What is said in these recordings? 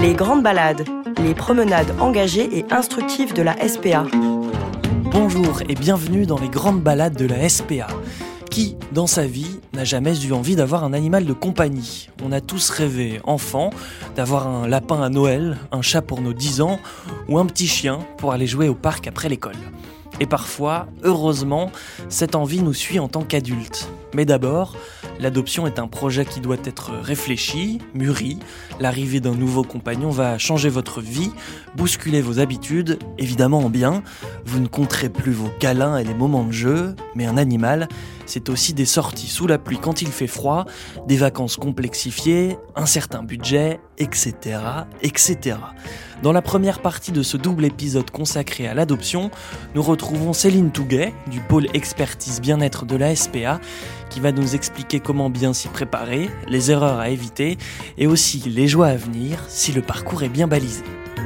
Les grandes balades, les promenades engagées et instructives de la SPA. Bonjour et bienvenue dans les grandes balades de la SPA. Qui, dans sa vie, n'a jamais eu envie d'avoir un animal de compagnie ? On a tous rêvé, enfant, d'avoir un lapin à Noël, un chat pour nos 10 ans, ou un petit chien pour aller jouer au parc après l'école. Et parfois, heureusement, cette envie nous suit en tant qu'adultes. Mais d'abord, l'adoption est un projet qui doit être réfléchi, mûri. L'arrivée d'un nouveau compagnon va changer votre vie, bousculer vos habitudes, évidemment en bien. Vous ne compterez plus vos câlins et les moments de jeu, mais un animal, c'est aussi des sorties sous la pluie quand il fait froid, des vacances complexifiées, un certain budget, etc., etc. Dans la première partie de ce double épisode consacré à l'adoption, nous retrouvons Céline Touguet, du pôle expertise bien-être de la SPA, qui va nous expliquer comment bien s'y préparer, les erreurs à éviter et aussi les joies à venir si le parcours est bien balisé.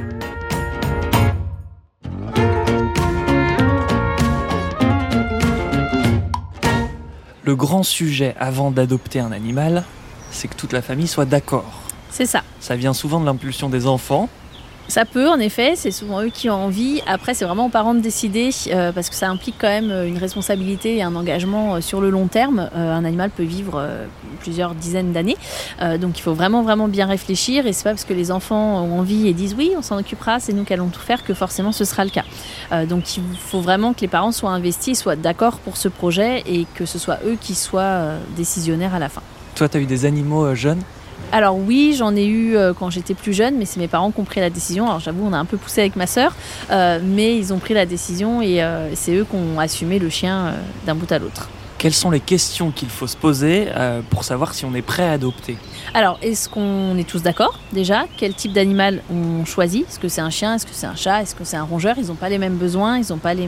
Le grand sujet avant d'adopter un animal, c'est que toute la famille soit d'accord. C'est ça. Ça vient souvent de l'impulsion des enfants. Ça peut, en effet, c'est souvent eux qui ont envie. Après, c'est vraiment aux parents de décider, parce que ça implique quand même une responsabilité et un engagement sur le long terme. Un animal peut vivre plusieurs dizaines d'années, donc il faut vraiment bien réfléchir. Et c'est pas parce que les enfants ont envie et disent oui, on s'en occupera, c'est nous qui allons tout faire, que forcément ce sera le cas. Donc il faut vraiment que les parents soient investis, soient d'accord pour ce projet et que ce soit eux qui soient décisionnaires à la fin. Toi, tu as eu des animaux jeunes ? Alors oui, j'en ai eu quand j'étais plus jeune, mais c'est mes parents qui ont pris la décision. Alors j'avoue, on a un peu poussé avec ma sœur, mais ils ont pris la décision et c'est eux qui ont assumé le chien d'un bout à l'autre. Quelles sont les questions qu'il faut se poser pour savoir si on est prêt à adopter ? Alors, est-ce qu'on est tous d'accord déjà ? Quel type d'animal on choisit ? Est-ce que c'est un chien ? Est-ce que c'est un chat ? Est-ce que c'est un rongeur ? Ils n'ont pas les mêmes besoins, ils n'ont pas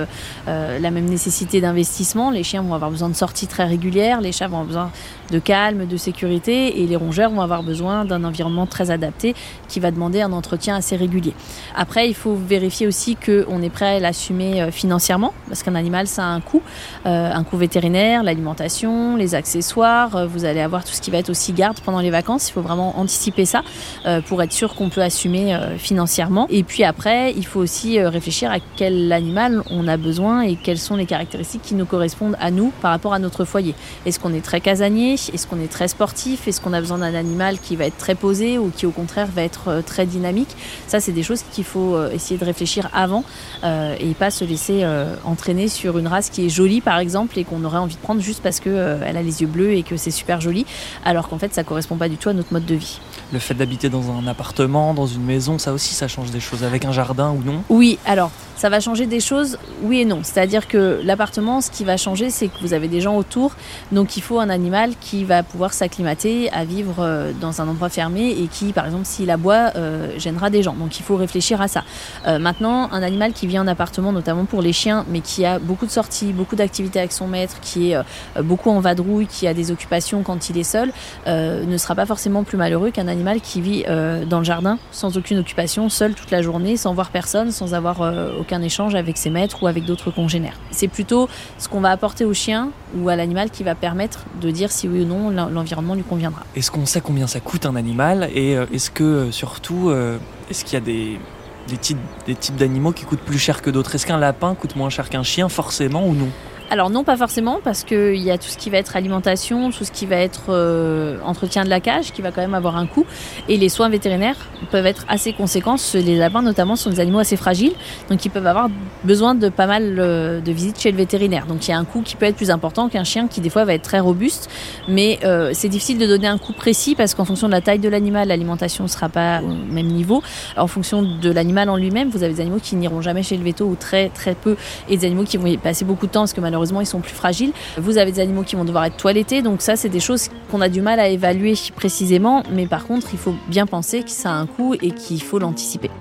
la même nécessité d'investissement. Les chiens vont avoir besoin de sorties très régulières, les chats vont avoir besoin de calme, de sécurité, et les rongeurs vont avoir besoin d'un environnement très adapté qui va demander un entretien assez régulier. Après, il faut vérifier aussi qu'on est prêt à l'assumer financièrement, parce qu'un animal, ça a un coût vétérinaire, l'alimentation, les accessoires. Vous allez avoir tout ce qui va être aussi garde pendant les vacances. Il faut vraiment anticiper ça pour être sûr qu'on peut assumer financièrement. Et puis après, il faut aussi réfléchir à quel animal on a besoin et quelles sont les caractéristiques qui nous correspondent à nous par rapport à notre foyer. Est-ce qu'on est très casanier ? Est-ce qu'on est très sportif ? Est-ce qu'on a besoin d'un animal qui va être très posé ou qui au contraire va être très dynamique ? Ça, c'est des choses qu'il faut essayer de réfléchir avant et pas se laisser entraîner sur une race qui est jolie par exemple et qu'on aurait envie de prendre juste parce qu'elle a les yeux bleus et que c'est super joli, alors qu'en fait ça correspond pas du tout à notre mode de vie. Le fait d'habiter dans un appartement, dans une maison, ça aussi ça change des choses, avec un jardin ou non ? Oui, alors ça va changer des choses, oui et non. C'est-à-dire que l'appartement, ce qui va changer, c'est que vous avez des gens autour, donc il faut un animal qui va pouvoir s'acclimater à vivre dans un endroit fermé et qui, par exemple, s'il aboie, gênera des gens. Donc il faut réfléchir à ça. Maintenant, un animal qui vit en appartement, notamment pour les chiens, mais qui a beaucoup de sorties, beaucoup d'activités avec son maître, qui est beaucoup en vadrouille, qui a des occupations quand il est seul, ne sera pas forcément plus malheureux qu'un animal qui vit dans le jardin, sans aucune occupation, seul toute la journée, sans voir personne, sans avoir aucun échange avec ses maîtres ou avec d'autres congénères. C'est plutôt ce qu'on va apporter au chien ou à l'animal qui va permettre de dire si oui ou non l'environnement lui conviendra. Est-ce qu'on sait combien ça coûte un animal et est-ce que surtout, est-ce qu'il y a des types d'animaux qui coûtent plus cher que d'autres ? Est-ce qu'un lapin coûte moins cher qu'un chien forcément ou non ? Alors non, pas forcément, parce qu'il y a tout ce qui va être alimentation, tout ce qui va être entretien de la cage, qui va quand même avoir un coût. Et les soins vétérinaires peuvent être assez conséquents. Les lapins, notamment, sont des animaux assez fragiles, donc ils peuvent avoir besoin de pas mal de visites chez le vétérinaire. Donc il y a un coût qui peut être plus important qu'un chien qui, des fois, va être très robuste. Mais c'est difficile de donner un coût précis, parce qu'en fonction de la taille de l'animal, l'alimentation ne sera pas au même niveau. En fonction de l'animal en lui-même, vous avez des animaux qui n'iront jamais chez le véto, ou très très peu, et des animaux qui vont y passer beaucoup de temps, parce que malheureusement, ils sont plus fragiles. Vous avez des animaux qui vont devoir être toilettés, donc ça, c'est des choses qu'on a du mal à évaluer précisément, mais par contre, il faut bien penser que ça a un coût et qu'il faut l'anticiper.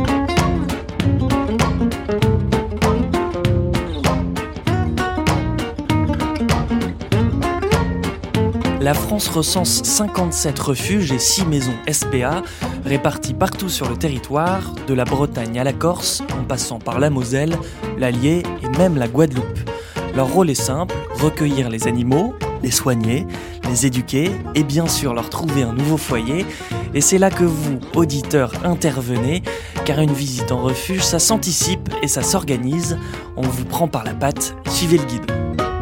La France recense 57 refuges et 6 maisons SPA réparties partout sur le territoire, de la Bretagne à la Corse, en passant par la Moselle, l'Allier et même la Guadeloupe. Leur rôle est simple, recueillir les animaux, les soigner, les éduquer et bien sûr leur trouver un nouveau foyer. Et c'est là que vous, auditeurs, intervenez, car une visite en refuge, ça s'anticipe et ça s'organise. On vous prend par la patte, suivez le guide.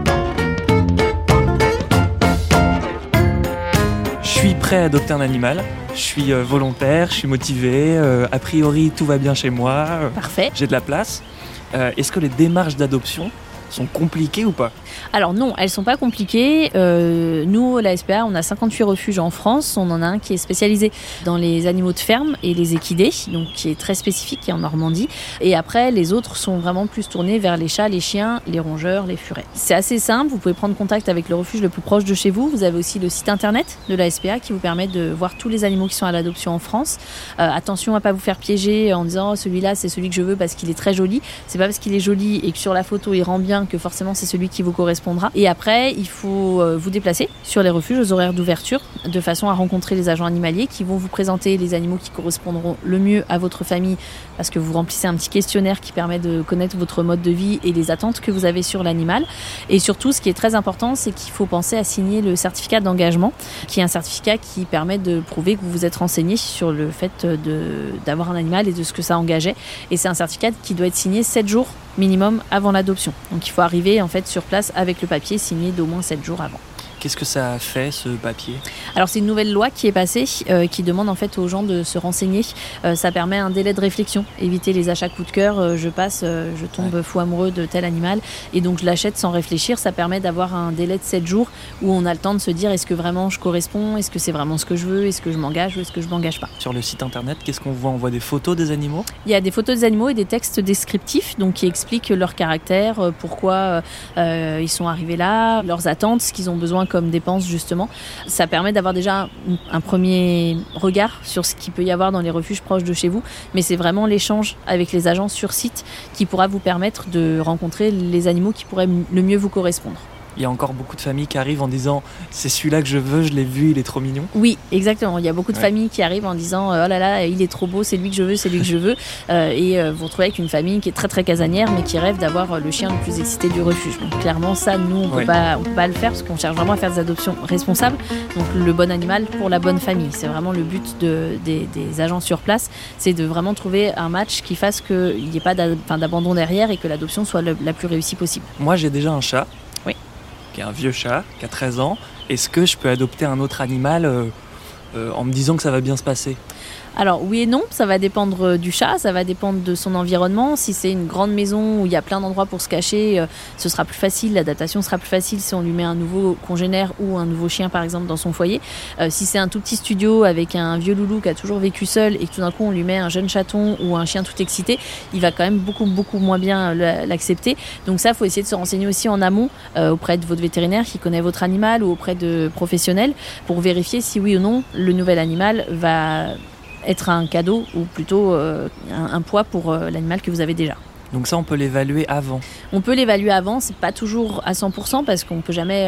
Je suis prêt à adopter un animal, je suis volontaire, je suis motivé, a priori tout va bien chez moi, Parfait. j'ai de la place. Est-ce que les démarches d'adoption sont compliquées ou pas ? Alors non, elles sont pas compliquées. Nous, la SPA, on a 58 refuges en France. On en a un qui est spécialisé dans les animaux de ferme et les équidés, donc qui est très spécifique, qui est en Normandie. Et après, les autres sont vraiment plus tournés vers les chats, les chiens, les rongeurs, les furets. C'est assez simple, vous pouvez prendre contact avec le refuge le plus proche de chez vous. Vous avez aussi le site internet de la SPA qui vous permet de voir tous les animaux qui sont à l'adoption en France. Attention à pas vous faire piéger en disant celui-là c'est celui que je veux parce qu'il est très joli. C'est pas parce qu'il est joli et que sur la photo il rend bien que forcément c'est celui qui vous correspondra. Et après, il faut vous déplacer sur les refuges aux horaires d'ouverture de façon à rencontrer les agents animaliers qui vont vous présenter les animaux qui correspondront le mieux à votre famille parce que vous remplissez un petit questionnaire qui permet de connaître votre mode de vie et les attentes que vous avez sur l'animal. Et surtout, ce qui est très important, c'est qu'il faut penser à signer le certificat d'engagement, qui est un certificat qui permet de prouver que vous vous êtes renseigné sur le fait d'avoir un animal et de ce que ça engageait. Et c'est un certificat qui doit être signé 7 jours minimum avant l'adoption. Donc il faut arriver en fait sur place avec le papier signé d'au moins 7 jours avant. Qu'est-ce que ça a fait, ce papier ? Alors c'est une nouvelle loi qui est passée, qui demande en fait aux gens de se renseigner. Ça permet un délai de réflexion, éviter les achats coup de cœur. Je tombe fou amoureux de tel animal et donc je l'achète sans réfléchir. Ça permet d'avoir un délai de 7 jours où on a le temps de se dire est-ce que vraiment je corresponds, est-ce que c'est vraiment ce que je veux, est-ce que je m'engage ou est-ce que je m'engage pas. Sur le site internet, qu'est-ce qu'on voit ? On voit des photos des animaux ? Il y a des photos des animaux et des textes descriptifs donc qui expliquent leur caractère, pourquoi ils sont arrivés là, leurs attentes, ce qu'ils ont besoin comme dépenses justement. Ça permet d'avoir déjà un premier regard sur ce qu'il peut y avoir dans les refuges proches de chez vous, mais c'est vraiment l'échange avec les agents sur site qui pourra vous permettre de rencontrer les animaux qui pourraient le mieux vous correspondre. Il y a encore beaucoup de familles qui arrivent en disant « c'est celui-là que je veux, je l'ai vu, il est trop mignon ». Oui, exactement. Il y a beaucoup de familles qui arrivent en disant « oh là là, il est trop beau, c'est lui que je veux, c'est lui que je veux ». Et vous retrouvez avec une famille qui est très très casanière mais qui rêve d'avoir le chien le plus excité du refuge. Donc clairement ça, nous on peut pas le faire parce qu'on cherche vraiment à faire des adoptions responsables. Donc le bon animal pour la bonne famille. C'est vraiment le but des agents sur place, c'est de vraiment trouver un match qui fasse qu'il n'y ait pas d'abandon derrière et que l'adoption soit la plus réussie possible. Moi j'ai déjà un chat. Oui. Qui est un vieux chat, qui a 13 ans. Est-ce que je peux adopter un autre animal en me disant que ça va bien se passer ? Alors oui et non, ça va dépendre du chat, ça va dépendre de son environnement. Si c'est une grande maison où il y a plein d'endroits pour se cacher, ce sera plus facile, l'adaptation sera plus facile si on lui met un nouveau congénère ou un nouveau chien par exemple dans son foyer. Si c'est un tout petit studio avec un vieux loulou qui a toujours vécu seul et que tout d'un coup on lui met un jeune chaton ou un chien tout excité, il va quand même beaucoup moins bien l'accepter. Donc ça, il faut essayer de se renseigner aussi en amont auprès de votre vétérinaire qui connaît votre animal ou auprès de professionnels pour vérifier si oui ou non le nouvel animal va être un cadeau ou plutôt un poids pour l'animal que vous avez déjà. Donc ça, on peut l'évaluer avant. On peut l'évaluer avant, c'est pas toujours à 100% parce qu'on peut jamais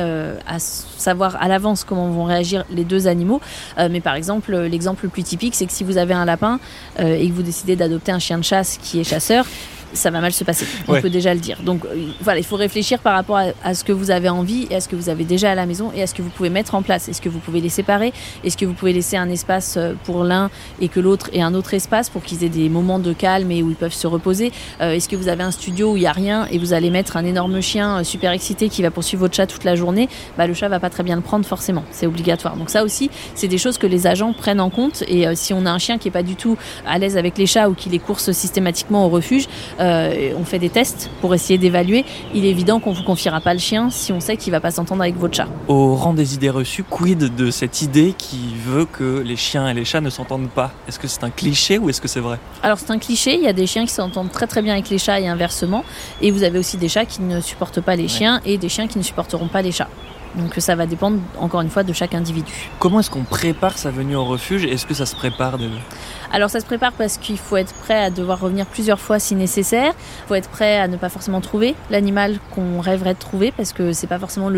savoir à l'avance comment vont réagir les deux animaux. Mais par exemple, l'exemple le plus typique, c'est que si vous avez un lapin et que vous décidez d'adopter un chien de chasse qui est chasseur, ça va mal se passer, on peut déjà le dire. Donc voilà, il faut réfléchir par rapport à ce que vous avez envie et à ce que vous avez déjà à la maison et à ce que vous pouvez mettre en place. Est-ce que vous pouvez les séparer ? Est-ce que vous pouvez laisser un espace pour l'un et que l'autre ait un autre espace pour qu'ils aient des moments de calme et où ils peuvent se reposer ? Est-ce que vous avez un studio où il n'y a rien et vous allez mettre un énorme chien super excité qui va poursuivre votre chat toute la journée ? Le chat va pas très bien le prendre forcément, c'est obligatoire. Donc ça aussi, c'est des choses que les agents prennent en compte et si on a un chien qui est pas du tout à l'aise avec les chats ou qui les course systématiquement au refuge, on fait des tests pour essayer d'évaluer. Il est évident qu'on ne vous confiera pas le chien si on sait qu'il ne va pas s'entendre avec votre chat. Au rang des idées reçues, quid de cette idée qui veut que les chiens et les chats ne s'entendent pas ? Est-ce que c'est un cliché ou est-ce que c'est vrai ? Alors c'est un cliché, il y a des chiens qui s'entendent très très bien avec les chats et inversement. Et vous avez aussi des chats qui ne supportent pas les chiens et des chiens qui ne supporteront pas les chats. Donc ça va dépendre, encore une fois, de chaque individu. Comment est-ce qu'on prépare sa venue au refuge ? Est-ce que ça se prépare de... Alors ça se prépare parce qu'il faut être prêt à devoir revenir plusieurs fois si nécessaire. Il faut être prêt à ne pas forcément trouver l'animal qu'on rêverait de trouver parce que c'est pas forcément le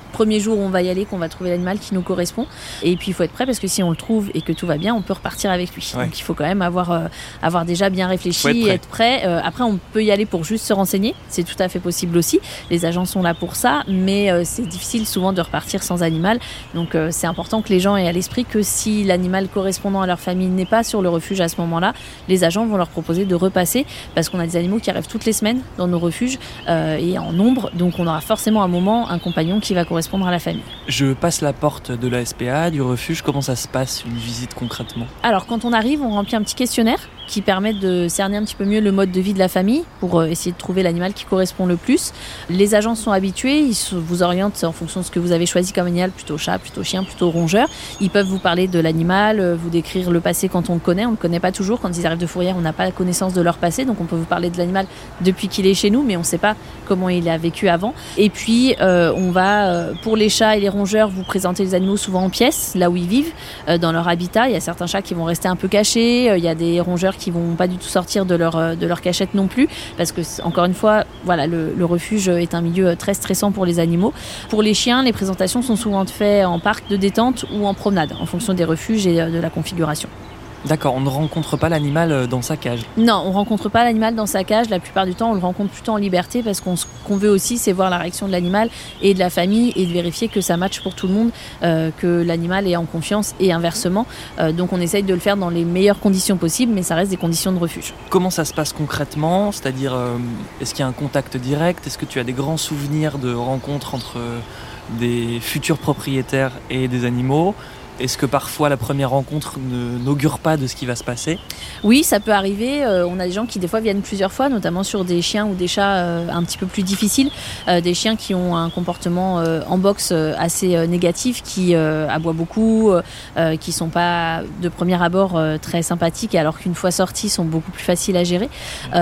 premier jour où on va y aller qu'on va trouver l'animal qui nous correspond. Et puis il faut être prêt parce que si on le trouve et que tout va bien, on peut repartir avec lui. Donc il faut quand même avoir déjà bien réfléchi et être prêt. Après, on peut y aller pour juste se renseigner. C'est tout à fait possible aussi. Les agents sont là pour ça, mais c'est difficile souvent de repartir sans animal. Donc c'est important que les gens aient à l'esprit que si l'animal correspondant à leur famille n'est pas sur le refuge à ce moment-là, les agents vont leur proposer de repasser parce qu'on a des animaux qui arrivent toutes les semaines dans nos refuges et en nombre. Donc on aura forcément un moment un compagnon qui va correspondre à la famille. Je passe la porte de la SPA, du refuge. Comment ça se passe, une visite concrètement ? Alors, quand on arrive, on remplit un petit questionnaire qui permet de cerner un petit peu mieux le mode de vie de la famille pour essayer de trouver l'animal qui correspond le plus. Les agents sont habitués, ils vous orientent en fonction de ce que vous avez choisi comme animal, plutôt chat, plutôt chien, plutôt rongeur. Ils peuvent vous parler de l'animal, vous décrire le passé quand on le connaît. On ne le connaît pas toujours. Quand ils arrivent de fourrière, on n'a pas la connaissance de leur passé. Donc on peut vous parler de l'animal depuis qu'il est chez nous, mais on ne sait pas comment il a vécu avant. Et puis on va, pour les chats et les rongeurs, vous présenter les animaux souvent en pièces, là où ils vivent, dans leur habitat. Il y a certains chats qui vont rester un peu cachés. Il y a des rongeurs qui vont pas du tout sortir de leur cachette non plus, parce que encore une fois, voilà, le refuge est un milieu très stressant pour les animaux. Pour les chiens, les présentations sont souvent faites en parc de détente ou en promenade, en fonction des refuges et de la configuration. D'accord, on ne rencontre pas l'animal dans sa cage. Non, on ne rencontre pas l'animal dans sa cage. La plupart du temps, on le rencontre plutôt en liberté parce qu'on veut aussi, c'est voir la réaction de l'animal et de la famille et de vérifier que ça matche pour tout le monde, que l'animal est en confiance et inversement. Donc on essaye de le faire dans les meilleures conditions possibles, mais ça reste des conditions de refuge. Comment ça se passe concrètement ? C'est-à-dire, est-ce qu'il y a un contact direct ? Est-ce que tu as des grands souvenirs de rencontres entre des futurs propriétaires et des animaux ? Est-ce que parfois la première rencontre n'augure pas de ce qui va se passer ? Oui, ça peut arriver. On a des gens qui des fois viennent plusieurs fois, notamment sur des chiens ou des chats un petit peu plus difficiles. Des chiens qui ont un comportement en boxe assez négatif, qui aboient beaucoup, qui sont pas de premier abord très sympathiques, alors qu'une fois sortis sont beaucoup plus faciles à gérer.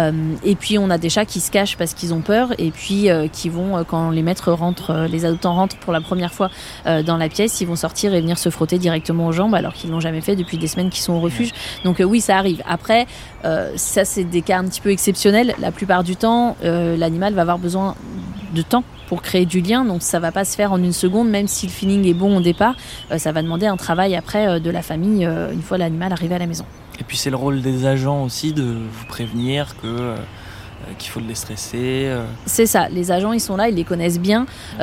Et puis on a des chats qui se cachent parce qu'ils ont peur et puis qui vont, quand les maîtres rentrent, les adoptants rentrent pour la première fois dans la pièce, ils vont sortir et venir se frotter directement aux jambes alors qu'ils l'ont jamais fait depuis des semaines qu'ils sont au refuge. Donc oui, ça arrive. Après, ça c'est des cas un petit peu exceptionnels. La plupart du temps, l'animal va avoir besoin de temps pour créer du lien, donc ça va pas se faire en une seconde, même si le feeling est bon au départ. Ça va demander un travail après de la famille une fois l'animal arrivé à la maison. Et puis c'est le rôle des agents aussi de vous prévenir qu'il faut les stresser. C'est ça, les agents ils sont là, ils les connaissent bien,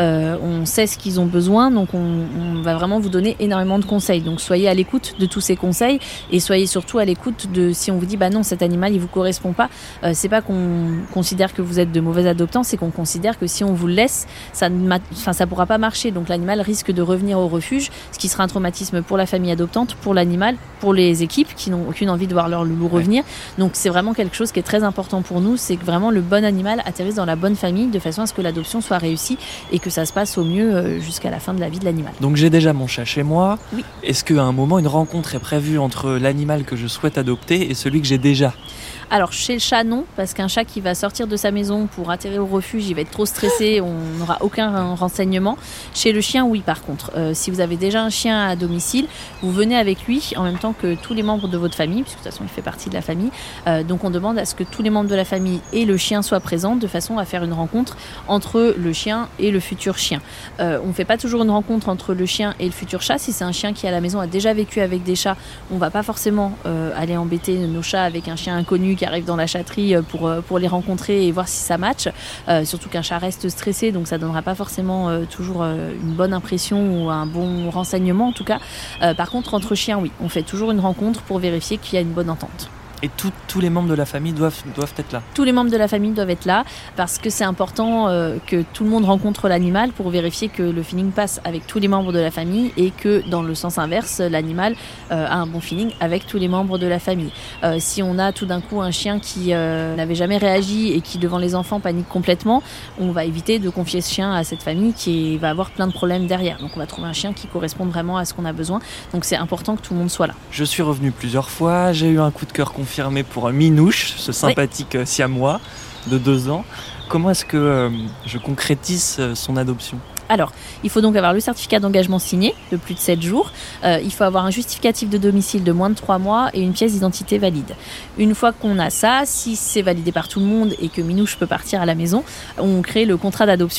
on sait ce qu'ils ont besoin, donc on va vraiment vous donner énormément de conseils. Donc soyez à l'écoute de tous ces conseils et soyez surtout à l'écoute de si on vous dit bah non, cet animal il vous correspond pas, c'est pas qu'on considère que vous êtes de mauvais adoptants, c'est qu'on considère que si on vous le laisse, ça pourra pas marcher. Donc l'animal risque de revenir au refuge, ce qui sera un traumatisme pour la famille adoptante, pour l'animal, pour les équipes qui n'ont aucune envie de voir leur loulou revenir. Donc c'est vraiment quelque chose qui est très important pour nous, c'est que vraiment le bon animal atterrisse dans la bonne famille de façon à ce que l'adoption soit réussie et que ça se passe au mieux jusqu'à la fin de la vie de l'animal. Donc j'ai déjà mon chat chez moi. Oui. Est-ce qu'à un moment une rencontre est prévue entre l'animal que je souhaite adopter et celui que j'ai déjà ? Alors chez le chat non, parce qu'un chat qui va sortir de sa maison pour atterrir au refuge, il va être trop stressé, on n'aura aucun renseignement. Chez le chien oui par contre, si vous avez déjà un chien à domicile, vous venez avec lui en même temps que tous les membres de votre famille, puisque de toute façon il fait partie de la famille, donc on demande à ce que tous les membres de la famille et le chien soient présents de façon à faire une rencontre entre le chien et le futur chien. On ne fait pas toujours une rencontre entre le chien et le futur chat. Si c'est un chien qui à la maison a déjà vécu avec des chats, on ne va pas forcément aller embêter nos chats avec un chien inconnu qui arrive dans la chatterie pour les rencontrer et voir si ça match. Surtout qu'un chat reste stressé, donc ça donnera pas forcément toujours une bonne impression ou un bon renseignement en tout cas. Par contre, entre chiens, oui, on fait toujours une rencontre pour vérifier qu'il y a une bonne entente. Et tous les membres de la famille doivent être là. Tous les membres de la famille doivent être là parce que c'est important que tout le monde rencontre l'animal pour vérifier que le feeling passe avec tous les membres de la famille et que dans le sens inverse, l'animal a un bon feeling avec tous les membres de la famille. Si on a tout d'un coup un chien qui n'avait jamais réagi et qui devant les enfants panique complètement, on va éviter de confier ce chien à cette famille qui va avoir plein de problèmes derrière. Donc on va trouver un chien qui corresponde vraiment à ce qu'on a besoin. Donc c'est important que tout le monde soit là. Je suis revenu plusieurs fois, j'ai eu un coup de cœur confirmé pour Minouche, ce sympathique siamois de 2 ans. Comment est-ce que je concrétise son adoption ? Alors, il faut donc avoir le certificat d'engagement signé de plus de 7 jours. Il faut avoir un justificatif de domicile de moins de 3 mois et une pièce d'identité valide. Une fois qu'on a ça, si c'est validé par tout le monde et que Minouche peut partir à la maison, on crée le contrat d'adoption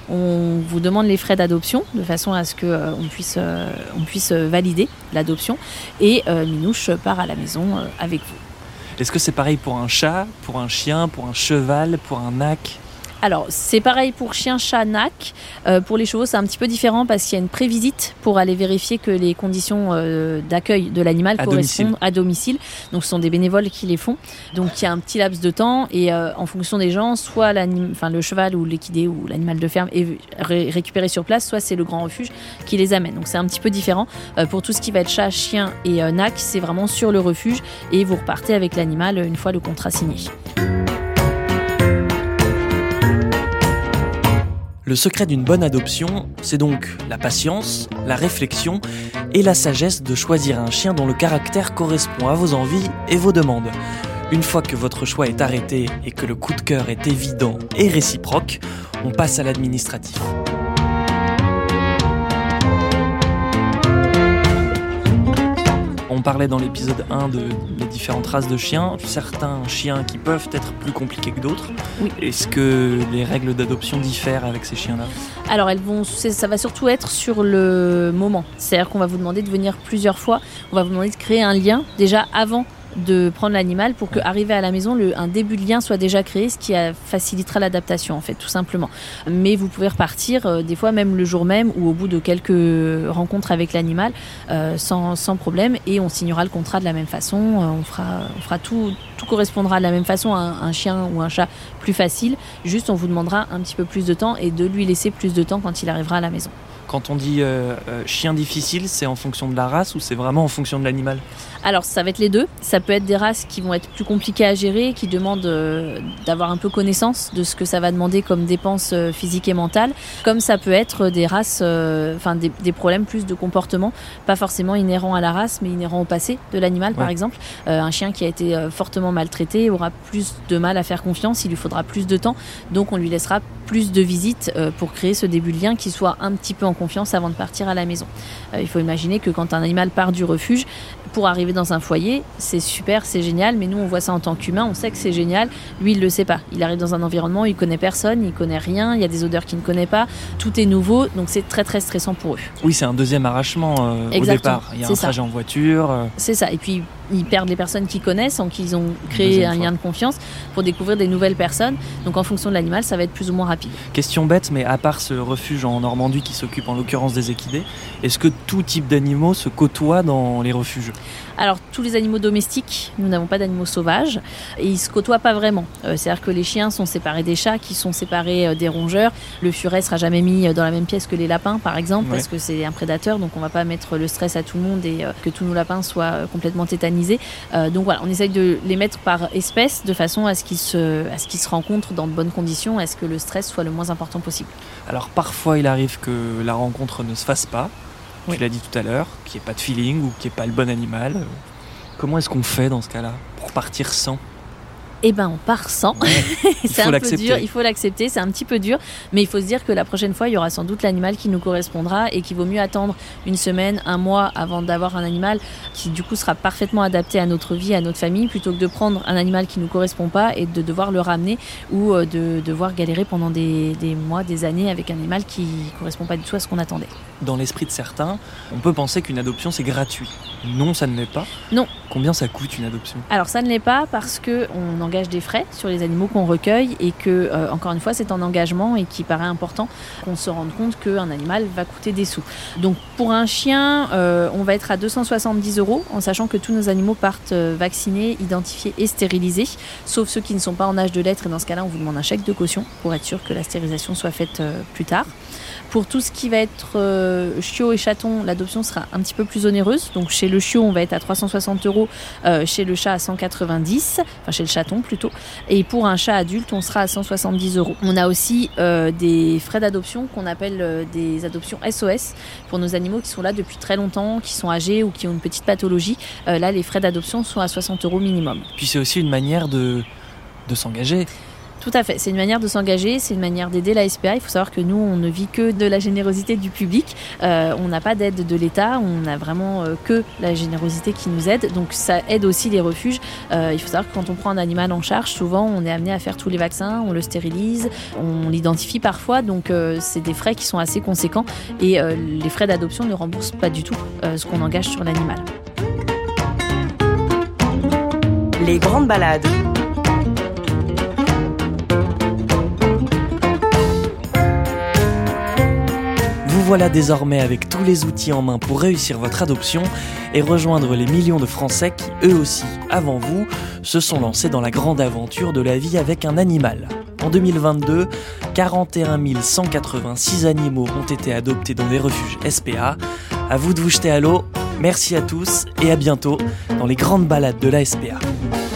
on vous demande les frais d'adoption de façon à ce qu'on puisse valider l'adoption et Minouche part à la maison avec vous. Est-ce que c'est pareil pour un chat, pour un chien, pour un cheval, pour un âne ? Alors, c'est pareil pour chien, chat, nac. Pour les chevaux, c'est un petit peu différent parce qu'il y a une prévisite pour aller vérifier que les conditions d'accueil de l'animal correspondent à domicile. Donc, ce sont des bénévoles qui les font. Donc, il y a un petit laps de temps et en fonction des gens, soit le cheval ou l'équidé ou l'animal de ferme est récupéré sur place, soit c'est le grand refuge qui les amène. Donc, c'est un petit peu différent. Pour tout ce qui va être chat, chien et nac, c'est vraiment sur le refuge et vous repartez avec l'animal une fois le contrat signé. Le secret d'une bonne adoption, c'est donc la patience, la réflexion et la sagesse de choisir un chien dont le caractère correspond à vos envies et vos demandes. Une fois que votre choix est arrêté et que le coup de cœur est évident et réciproque, on passe à l'administratif. On parlait dans l'épisode 1 des différentes races de chiens, certains chiens qui peuvent être plus compliqués que d'autres. Oui. Est-ce que les règles d'adoption diffèrent avec ces chiens-là ? Alors ça va surtout être sur le moment. C'est-à-dire qu'on va vous demander de venir plusieurs fois. On va vous demander de créer un lien déjà avant de prendre l'animal pour qu'arrivé à la maison, un début de lien soit déjà créé, ce qui facilitera l'adaptation en fait, tout simplement. Mais vous pouvez repartir des fois même le jour même ou au bout de quelques rencontres avec l'animal sans problème et on signera le contrat de la même façon. On fera tout correspondra de la même façon à un chien ou un chat plus facile. Juste on vous demandera un petit peu plus de temps et de lui laisser plus de temps quand il arrivera à la maison. Quand on dit chien difficile, c'est en fonction de la race ou c'est vraiment en fonction de l'animal ? Alors ça va être les deux. Ça peut être des races qui vont être plus compliquées à gérer, qui demandent d'avoir un peu connaissance de ce que ça va demander comme dépenses physiques et mentales. Comme ça peut être des races, des problèmes plus de comportement, pas forcément inhérents à la race, mais inhérents au passé de l'animal par exemple. Un chien qui a été fortement maltraité aura plus de mal à faire confiance, il lui faudra plus de temps. Donc on lui laissera plus de visites pour créer ce début de lien qui soit un petit peu en confiance avant de partir à la maison. Il faut imaginer que quand un animal part du refuge, pour arriver dans un foyer, c'est super, c'est génial, mais nous on voit ça en tant qu'humain, on sait que c'est génial, lui il le sait pas. Il arrive dans un environnement où il connaît personne, il connaît rien, il y a des odeurs qu'il ne connaît pas, tout est nouveau, donc c'est très très stressant pour eux. Oui, c'est un deuxième arrachement au départ. Il y a un trajet en voiture. C'est ça, et puis ils perdent les personnes qu'ils connaissent, en qui ils ont créé un lien de confiance pour découvrir des nouvelles personnes. Donc en fonction de l'animal, ça va être plus ou moins rapide. Question bête, mais à part ce refuge en Normandie qui s'occupe en l'occurrence des équidés, est-ce que tout type d'animaux se côtoie dans les refuges ? Alors tous les animaux domestiques, nous n'avons pas d'animaux sauvages et ils ne se côtoient pas vraiment. C'est-à-dire que les chiens sont séparés des chats, qui sont séparés des rongeurs. Le furet ne sera jamais mis dans la même pièce que les lapins par exemple, parce que c'est un prédateur, donc on ne va pas mettre le stress à tout le monde et que tous nos lapins soient complètement tétanisés. Donc voilà, on essaye de les mettre par espèce de façon à ce qu'ils se rencontrent dans de bonnes conditions, à ce que le stress soit le moins important possible. Alors parfois il arrive que la rencontre ne se fasse pas. Tu l'as dit tout à l'heure, qu'il n'y ait pas de feeling ou qu'il n'y ait pas le bon animal. Comment est-ce qu'on fait dans ce cas-là pour partir sans ? Eh ben, on part sans. C'est un peu dur, il faut l'accepter, c'est un petit peu dur, mais il faut se dire que la prochaine fois, il y aura sans doute l'animal qui nous correspondra et qu'il vaut mieux attendre une semaine, un mois avant d'avoir un animal qui du coup sera parfaitement adapté à notre vie, à notre famille, plutôt que de prendre un animal qui ne nous correspond pas et de devoir le ramener ou de devoir galérer pendant des mois, des années avec un animal qui ne correspond pas du tout à ce qu'on attendait. Dans l'esprit de certains, on peut penser qu'une adoption c'est gratuit. Non, ça ne l'est pas. Non. Combien ça coûte une adoption ? Alors ça ne l'est pas parce qu'on engage des frais sur les animaux qu'on recueille et que, encore une fois, c'est un engagement et qu'il paraît important qu'on se rende compte qu'un animal va coûter des sous. Donc pour un chien, on va être à 270 € en sachant que tous nos animaux partent vaccinés, identifiés et stérilisés, sauf ceux qui ne sont pas en âge de l'être et dans ce cas-là, on vous demande un chèque de caution pour être sûr que la stérilisation soit faite plus tard. Pour tout ce qui va être chiot et chaton, l'adoption sera un petit peu plus onéreuse. Donc chez le chiot, on va être à 360 €, chez le chat à 190, enfin chez le chaton plutôt. Et pour un chat adulte, on sera à 170 €. On a aussi des frais d'adoption qu'on appelle des adoptions SOS pour nos animaux qui sont là depuis très longtemps, qui sont âgés ou qui ont une petite pathologie. Là, les frais d'adoption sont à 60 € minimum. Puis c'est aussi une manière de s'engager. Tout à fait, c'est une manière de s'engager, c'est une manière d'aider la SPA. Il faut savoir que nous, on ne vit que de la générosité du public. On n'a pas d'aide de l'État, on n'a vraiment que la générosité qui nous aide. Donc ça aide aussi les refuges. Il faut savoir que quand on prend un animal en charge, souvent on est amené à faire tous les vaccins, on le stérilise, on l'identifie parfois. Donc c'est des frais qui sont assez conséquents et les frais d'adoption ne remboursent pas du tout ce qu'on engage sur l'animal. Les grandes balades. Vous voilà désormais avec tous les outils en main pour réussir votre adoption et rejoindre les millions de Français qui, eux aussi, avant vous, se sont lancés dans la grande aventure de la vie avec un animal. En 2022, 41 186 animaux ont été adoptés dans des refuges SPA. À vous de vous jeter à l'eau. Merci à tous et à bientôt dans les grandes balades de la SPA.